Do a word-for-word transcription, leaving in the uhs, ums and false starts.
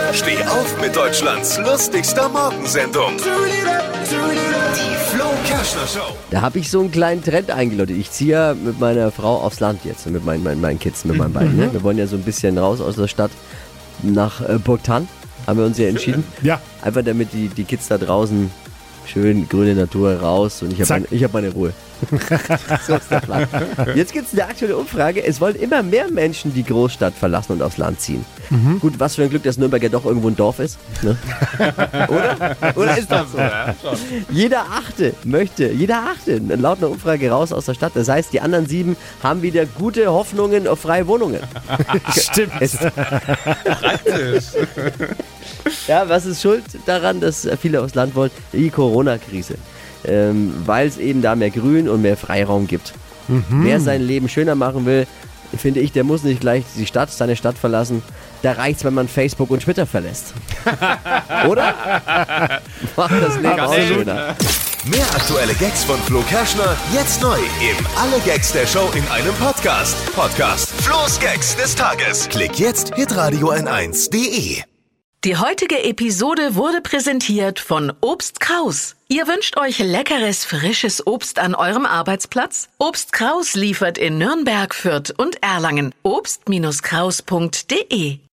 Steh auf mit Deutschlands lustigster Morgensendung. Die Flo Kerschner Show. Da habe ich so einen kleinen Trend eingeläutet. Ich ziehe ja mit meiner Frau aufs Land jetzt, mit meinen, meinen, meinen Kids, mit meinen beiden. Ne? Wir wollen ja so ein bisschen raus aus der Stadt nach äh, Burgthann, haben wir uns ja entschieden. Ja. Einfach damit die, die Kids da draußen schön grüne Natur raus und ich habe meine, ich hab meine Ruhe. So ist der Plan. Jetzt gibt es eine aktuelle Umfrage. Es wollen immer mehr Menschen die Großstadt verlassen und aufs Land ziehen. Mhm. Gut, was für ein Glück, dass Nürnberg ja doch irgendwo ein Dorf ist. Ne? Oder? Oder ist das so? Ja, schon. Jeder Achte möchte, jeder Achte, laut einer Umfrage raus aus der Stadt. Das heißt, die anderen sieben haben wieder gute Hoffnungen auf freie Wohnungen. Stimmt. Es, Praktisch. ja, was ist schuld daran, dass viele aufs Land wollen? Die Corona-Krise. Ähm, weil es eben da mehr Grün und mehr Freiraum gibt. Mhm. Wer sein Leben schöner machen will, finde ich, der muss nicht gleich die Stadt, seine Stadt verlassen. Da reicht's, wenn man Facebook und Twitter verlässt. Oder? Macht das Leben auch schöner. Mehr aktuelle Gags von Flo Kerschner jetzt neu im Alle Gags der Show in einem Podcast. Podcast Flo's Gags des Tages. Klick jetzt hitradio n eins punkt de. Die heutige Episode wurde präsentiert von Obst Kraus. Ihr wünscht euch leckeres, frisches Obst an eurem Arbeitsplatz? Obst Kraus liefert in Nürnberg, Fürth und Erlangen. obst Kraus punkt de